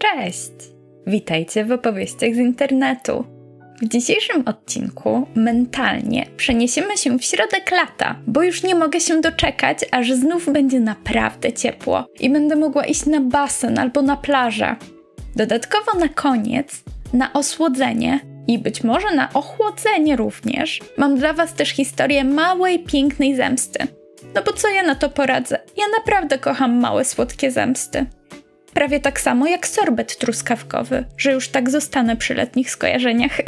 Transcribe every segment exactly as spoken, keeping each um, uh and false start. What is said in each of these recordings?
Cześć! Witajcie w opowieściach z internetu. W dzisiejszym odcinku mentalnie przeniesiemy się w środek lata, bo już nie mogę się doczekać, aż znów będzie naprawdę ciepło i będę mogła iść na basen albo na plażę. Dodatkowo na koniec, na osłodzenie i być może na ochłodzenie również, mam dla Was też historię małej, pięknej zemsty. No bo co ja na to poradzę? Ja naprawdę kocham małe, słodkie zemsty. Prawie tak samo jak sorbet truskawkowy, że już tak zostanę przy letnich skojarzeniach.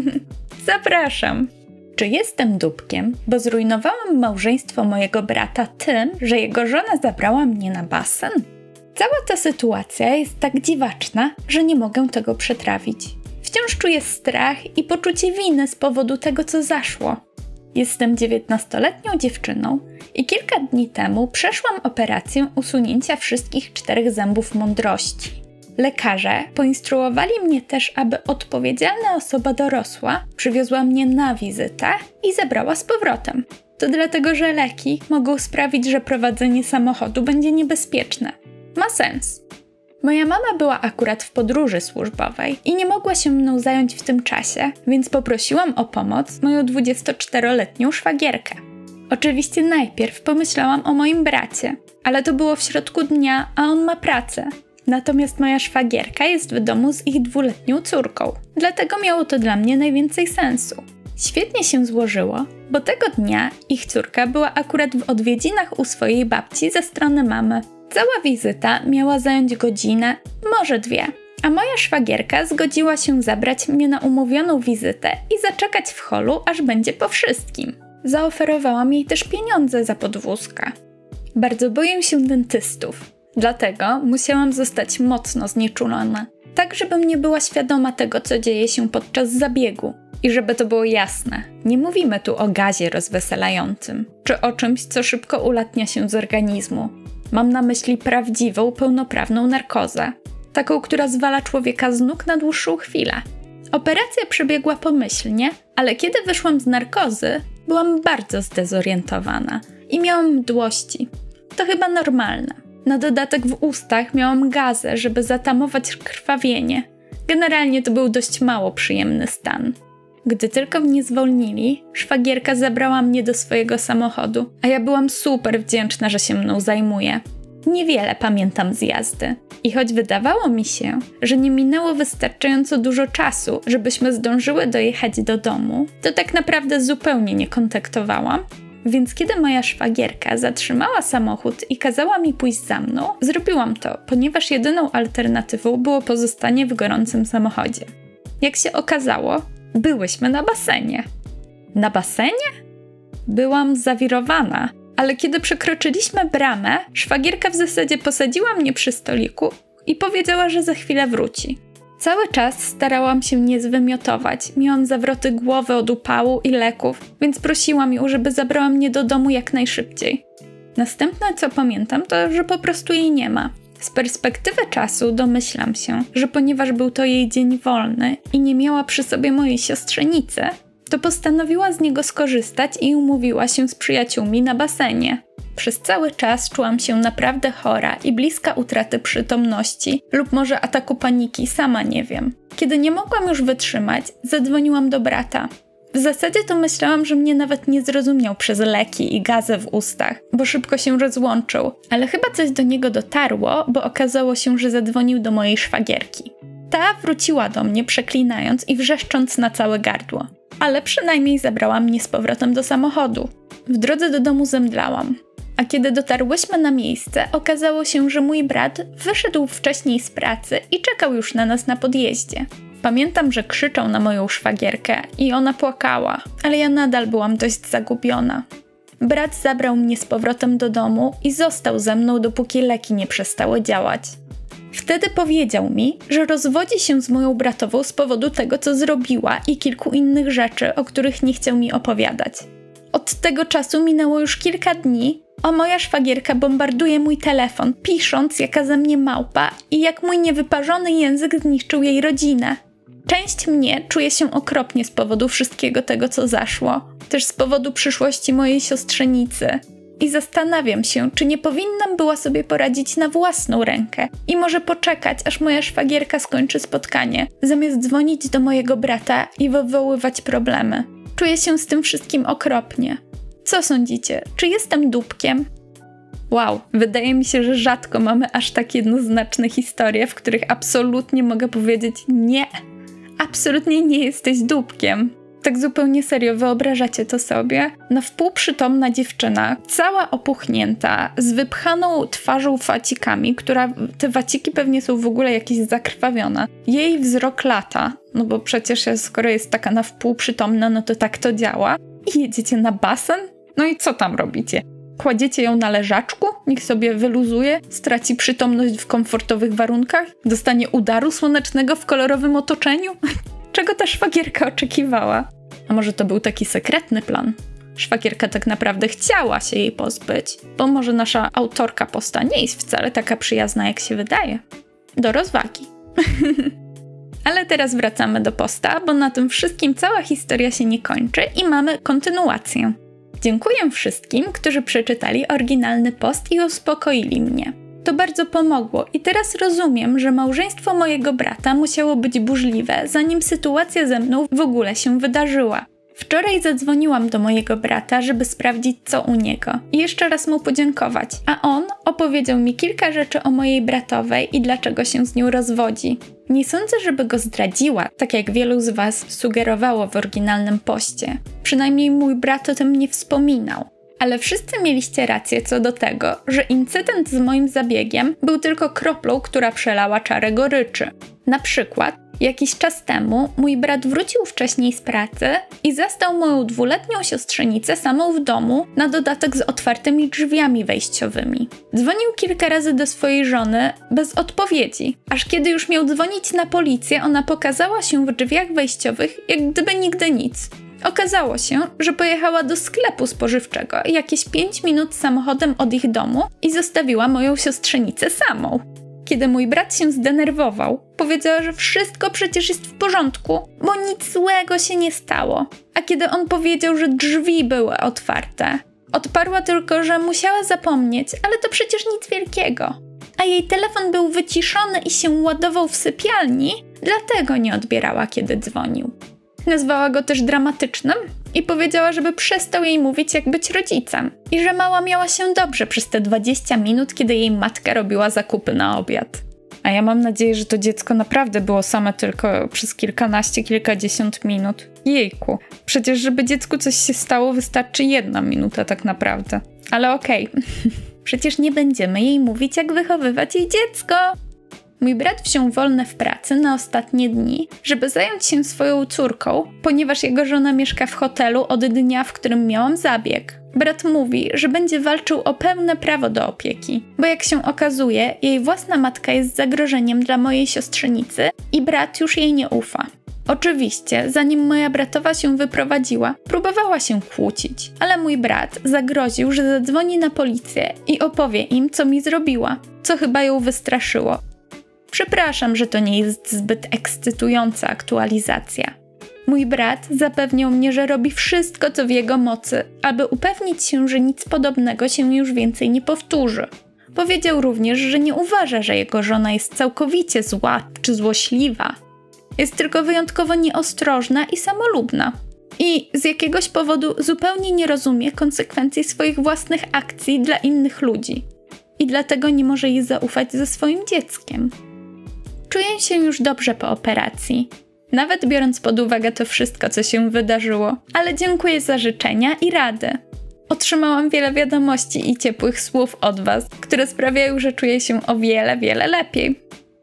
Zapraszam! Czy jestem dupkiem, bo zrujnowałam małżeństwo mojego brata tym, że jego żona zabrała mnie na basen? Cała ta sytuacja jest tak dziwaczna, że nie mogę tego przetrawić. Wciąż czuję strach i poczucie winy z powodu tego, co zaszło. Jestem dziewiętnastoletnią dziewczyną i kilka dni temu przeszłam operację usunięcia wszystkich czterech zębów mądrości. Lekarze poinstruowali mnie też, aby odpowiedzialna osoba dorosła przywiozła mnie na wizytę i zabrała z powrotem. To dlatego, że leki mogą sprawić, że prowadzenie samochodu będzie niebezpieczne. Ma sens. Moja mama była akurat w podróży służbowej i nie mogła się mną zająć w tym czasie, więc poprosiłam o pomoc moją dwudziestoczteroletnią szwagierkę. Oczywiście najpierw pomyślałam o moim bracie, ale to było w środku dnia, a on ma pracę. Natomiast moja szwagierka jest w domu z ich dwuletnią córką, dlatego miało to dla mnie najwięcej sensu. Świetnie się złożyło, bo tego dnia ich córka była akurat w odwiedzinach u swojej babci ze strony mamy. Cała wizyta miała zająć godzinę, może dwie, a moja szwagierka zgodziła się zabrać mnie na umówioną wizytę i zaczekać w holu, aż będzie po wszystkim. Zaoferowałam jej też pieniądze za podwózkę. Bardzo boję się dentystów, dlatego musiałam zostać mocno znieczulona, tak żebym nie była świadoma tego, co dzieje się podczas zabiegu. I żeby to było jasne, nie mówimy tu o gazie rozweselającym, czy o czymś, co szybko ulatnia się z organizmu. Mam na myśli prawdziwą, pełnoprawną narkozę. Taką, która zwala człowieka z nóg na dłuższą chwilę. Operacja przebiegła pomyślnie, ale kiedy wyszłam z narkozy, byłam bardzo zdezorientowana i miałam mdłości. To chyba normalne. Na dodatek w ustach miałam gazę, żeby zatamować krwawienie. Generalnie to był dość mało przyjemny stan. Gdy tylko mnie zwolnili, szwagierka zabrała mnie do swojego samochodu, a ja byłam super wdzięczna, że się mną zajmuje. Niewiele pamiętam z jazdy. I choć wydawało mi się, że nie minęło wystarczająco dużo czasu, żebyśmy zdążyły dojechać do domu, to tak naprawdę zupełnie nie kontaktowałam. Więc kiedy moja szwagierka zatrzymała samochód i kazała mi pójść za mną, zrobiłam to, ponieważ jedyną alternatywą było pozostanie w gorącym samochodzie. Jak się okazało, byłyśmy na basenie. Na basenie? Byłam zawirowana, ale kiedy przekroczyliśmy bramę, szwagierka w zasadzie posadziła mnie przy stoliku i powiedziała, że za chwilę wróci. Cały czas starałam się nie zwymiotować, miałam zawroty głowy od upału i leków, więc prosiłam ją, żeby zabrała mnie do domu jak najszybciej. Następne, co pamiętam, to, że po prostu jej nie ma. Z perspektywy czasu domyślam się, że ponieważ był to jej dzień wolny i nie miała przy sobie mojej siostrzenicy, to postanowiła z niego skorzystać i umówiła się z przyjaciółmi na basenie. Przez cały czas czułam się naprawdę chora i bliska utraty przytomności lub może ataku paniki, sama nie wiem. Kiedy nie mogłam już wytrzymać, zadzwoniłam do brata. W zasadzie to myślałam, że mnie nawet nie zrozumiał przez leki i gazę w ustach, bo szybko się rozłączył, ale chyba coś do niego dotarło, bo okazało się, że zadzwonił do mojej szwagierki. Ta wróciła do mnie przeklinając i wrzeszcząc na całe gardło, ale przynajmniej zabrała mnie z powrotem do samochodu. W drodze do domu zemdlałam, a kiedy dotarłyśmy na miejsce, okazało się, że mój brat wyszedł wcześniej z pracy i czekał już na nas na podjeździe. Pamiętam, że krzyczał na moją szwagierkę i ona płakała, ale ja nadal byłam dość zagubiona. Brat zabrał mnie z powrotem do domu i został ze mną, dopóki leki nie przestały działać. Wtedy powiedział mi, że rozwodzi się z moją bratową z powodu tego, co zrobiła i kilku innych rzeczy, o których nie chciał mi opowiadać. Od tego czasu minęło już kilka dni, a moja szwagierka bombarduje mój telefon, pisząc, jaka ze mnie małpa i jak mój niewyparzony język zniszczył jej rodzinę. Część mnie czuje się okropnie z powodu wszystkiego tego, co zaszło. Też z powodu przyszłości mojej siostrzenicy. i zastanawiam się, czy nie powinnam była sobie poradzić na własną rękę i może poczekać, aż moja szwagierka skończy spotkanie, zamiast dzwonić do mojego brata i wywoływać problemy. Czuję się z tym wszystkim okropnie. Co sądzicie? Czy jestem dupkiem? Wow, wydaje mi się, że rzadko mamy aż tak jednoznaczne historie, w których absolutnie mogę powiedzieć nie. Absolutnie nie jesteś dupkiem. Tak zupełnie serio, wyobrażacie to sobie? Na wpół przytomna dziewczyna, cała opuchnięta, z wypchaną twarzą wacikami, która, te waciki pewnie są w ogóle jakieś zakrwawione. Jej wzrok lata, no bo przecież skoro jest taka na wpół przytomna, no to tak to działa. I jedziecie na basen? No i co tam robicie? Kładziecie ją na leżaczku? Niech sobie wyluzuje, straci przytomność w komfortowych warunkach, dostanie udaru słonecznego w kolorowym otoczeniu? Czego ta szwagierka oczekiwała? A może to był taki sekretny plan? Szwagierka tak naprawdę chciała się jej pozbyć, bo może nasza autorka posta nie jest wcale taka przyjazna, jak się wydaje. Do rozwagi. Ale teraz wracamy do posta, bo na tym wszystkim cała historia się nie kończy i mamy kontynuację. Dziękuję wszystkim, którzy przeczytali oryginalny post i uspokoili mnie. To bardzo pomogło i teraz rozumiem, że małżeństwo mojego brata musiało być burzliwe, zanim sytuacja ze mną w ogóle się wydarzyła. Wczoraj zadzwoniłam do mojego brata, żeby sprawdzić, co u niego i jeszcze raz mu podziękować, a on opowiedział mi kilka rzeczy o mojej bratowej i dlaczego się z nią rozwodzi. Nie sądzę, żeby go zdradziła, tak jak wielu z was sugerowało w oryginalnym poście. Przynajmniej mój brat o tym nie wspominał. Ale wszyscy mieliście rację co do tego, że incydent z moim zabiegiem był tylko kroplą, która przelała czarę goryczy. Na przykład, jakiś czas temu mój brat wrócił wcześniej z pracy i zastał moją dwuletnią siostrzenicę samą w domu, na dodatek z otwartymi drzwiami wejściowymi. Dzwonił kilka razy do swojej żony bez odpowiedzi, aż kiedy już miał dzwonić na policję, ona pokazała się w drzwiach wejściowych, jak gdyby nigdy nic. Okazało się, że pojechała do sklepu spożywczego jakieś pięć minut samochodem od ich domu i zostawiła moją siostrzenicę samą. Kiedy mój brat się zdenerwował, powiedziała, że wszystko przecież jest w porządku, bo nic złego się nie stało. A kiedy on powiedział, że drzwi były otwarte, odparła tylko, że musiała zapomnieć, ale to przecież nic wielkiego. A jej telefon był wyciszony i się ładował w sypialni, dlatego nie odbierała, kiedy dzwonił. Nazwała go też dramatycznym i powiedziała, żeby przestał jej mówić, jak być rodzicem. I że mała miała się dobrze przez te dwadzieścia minut, kiedy jej matka robiła zakupy na obiad. A ja mam nadzieję, że to dziecko naprawdę było same tylko przez kilkanaście, kilkadziesiąt minut. Jejku, przecież żeby dziecku coś się stało, wystarczy jedna minuta tak naprawdę. Ale okej, okay. Przecież nie będziemy jej mówić, jak wychowywać jej dziecko. Mój brat wziął wolne w pracy na ostatnie dni, żeby zająć się swoją córką, ponieważ jego żona mieszka w hotelu od dnia, w którym miałam zabieg. Brat mówi, że będzie walczył o pełne prawo do opieki, bo jak się okazuje, jej własna matka jest zagrożeniem dla mojej siostrzenicy i brat już jej nie ufa. Oczywiście, zanim moja bratowa się wyprowadziła, próbowała się kłócić, ale mój brat zagroził, że zadzwoni na policję i opowie im, co mi zrobiła, co chyba ją wystraszyło. Przepraszam, że to nie jest zbyt ekscytująca aktualizacja. Mój brat zapewniał mnie, że robi wszystko, co w jego mocy, aby upewnić się, że nic podobnego się już więcej nie powtórzy. Powiedział również, że nie uważa, że jego żona jest całkowicie zła czy złośliwa. Jest tylko wyjątkowo nieostrożna i samolubna. I z jakiegoś powodu zupełnie nie rozumie konsekwencji swoich własnych akcji dla innych ludzi. I dlatego nie może jej zaufać ze swoim dzieckiem. Czuję się już dobrze po operacji, nawet biorąc pod uwagę to wszystko, co się wydarzyło, ale dziękuję za życzenia i rady. Otrzymałam wiele wiadomości i ciepłych słów od was, które sprawiają, że czuję się o wiele, wiele lepiej.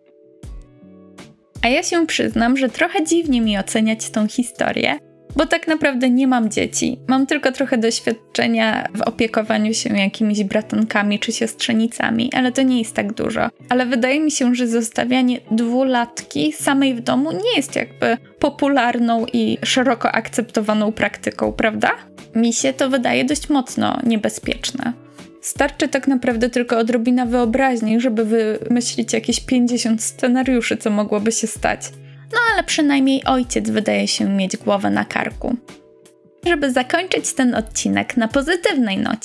A ja się przyznam, że trochę dziwnie mi oceniać tą historię, bo tak naprawdę nie mam dzieci. Mam tylko trochę doświadczenia w opiekowaniu się jakimiś bratankami czy siostrzenicami, ale to nie jest tak dużo. Ale wydaje mi się, że zostawianie dwulatki samej w domu nie jest jakby popularną i szeroko akceptowaną praktyką, prawda? Mi się to wydaje dość mocno niebezpieczne. Starczy tak naprawdę tylko odrobina wyobraźni, żeby wymyślić jakieś pięćdziesiąt scenariuszy, co mogłoby się stać. No ale przynajmniej ojciec wydaje się mieć głowę na karku. Żeby zakończyć ten odcinek na pozytywnej nocie,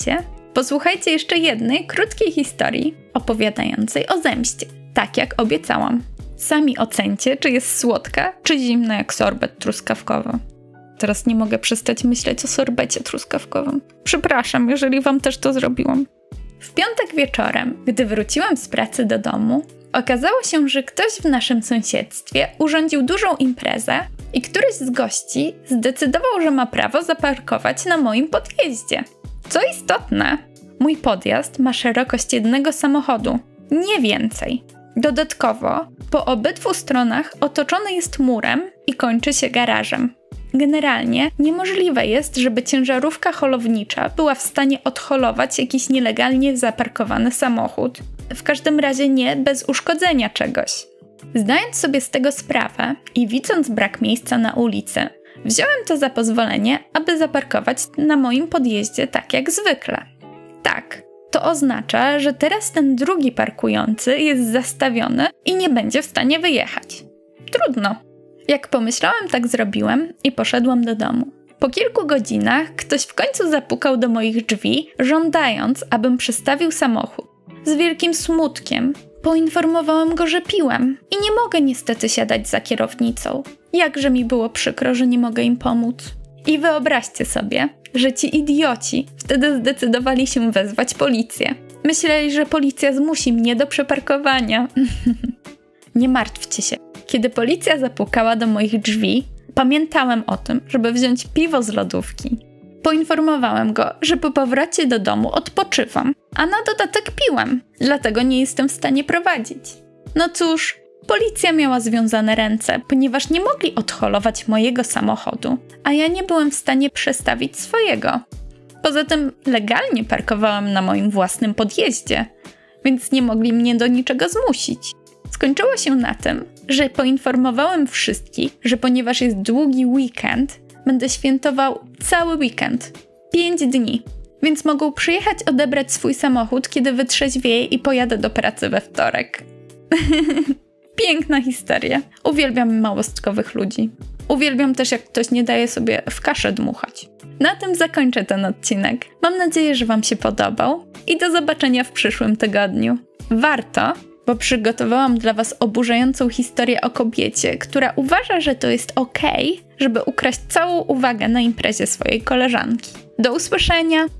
Posłuchajcie jeszcze jednej krótkiej historii opowiadającej o zemście, tak jak obiecałam. Sami ocencie, czy jest słodka, czy zimna jak sorbet truskawkowy. Teraz nie mogę przestać myśleć o sorbecie truskawkowym. Przepraszam, jeżeli wam też to zrobiłam. W piątek wieczorem, gdy wróciłam z pracy do domu, okazało się, że ktoś w naszym sąsiedztwie urządził dużą imprezę i któryś z gości zdecydował, że ma prawo zaparkować na moim podjeździe. Co istotne, mój podjazd ma szerokość jednego samochodu, nie więcej. Dodatkowo, po obydwu stronach otoczony jest murem i kończy się garażem. Generalnie niemożliwe jest, żeby ciężarówka holownicza była w stanie odholować jakiś nielegalnie zaparkowany samochód. W każdym razie nie bez uszkodzenia czegoś. Zdając sobie z tego sprawę i widząc brak miejsca na ulicy, wziąłem to za pozwolenie, aby zaparkować na moim podjeździe tak jak zwykle. Tak, to oznacza, że teraz ten drugi parkujący jest zastawiony i nie będzie w stanie wyjechać. Trudno. Jak pomyślałam, tak zrobiłem i poszedłem do domu. Po kilku godzinach ktoś w końcu zapukał do moich drzwi, żądając, abym przestawił samochód. Z wielkim smutkiem poinformowałam go, że piłem i nie mogę niestety siadać za kierownicą. Jakże mi było przykro, że nie mogę im pomóc. I wyobraźcie sobie, że ci idioci wtedy zdecydowali się wezwać policję. Myśleli, że policja zmusi mnie do przeparkowania. Nie martwcie się. Kiedy policja zapukała do moich drzwi, pamiętałem o tym, żeby wziąć piwo z lodówki. Poinformowałem go, że po powrocie do domu odpoczywam, a na dodatek piłem, dlatego nie jestem w stanie prowadzić. No cóż, policja miała związane ręce, ponieważ nie mogli odholować mojego samochodu, a ja nie byłem w stanie przestawić swojego. Poza tym legalnie parkowałam na moim własnym podjeździe, więc nie mogli mnie do niczego zmusić. Skończyło się na tym, że poinformowałem wszystkich, że ponieważ jest długi weekend, będę świętował cały weekend. Pięć dni. Więc mogą przyjechać odebrać swój samochód, kiedy wytrzeźwieję i pojadę do pracy we wtorek. Piękna historia. Uwielbiam małostkowych ludzi. Uwielbiam też, jak ktoś nie daje sobie w kaszę dmuchać. Na tym zakończę ten odcinek. Mam nadzieję, że wam się podobał i do zobaczenia w przyszłym tygodniu. Warto, bo przygotowałam dla was oburzającą historię o kobiecie, która uważa, że to jest okej, żeby ukraść całą uwagę na imprezie swojej koleżanki. Do usłyszenia!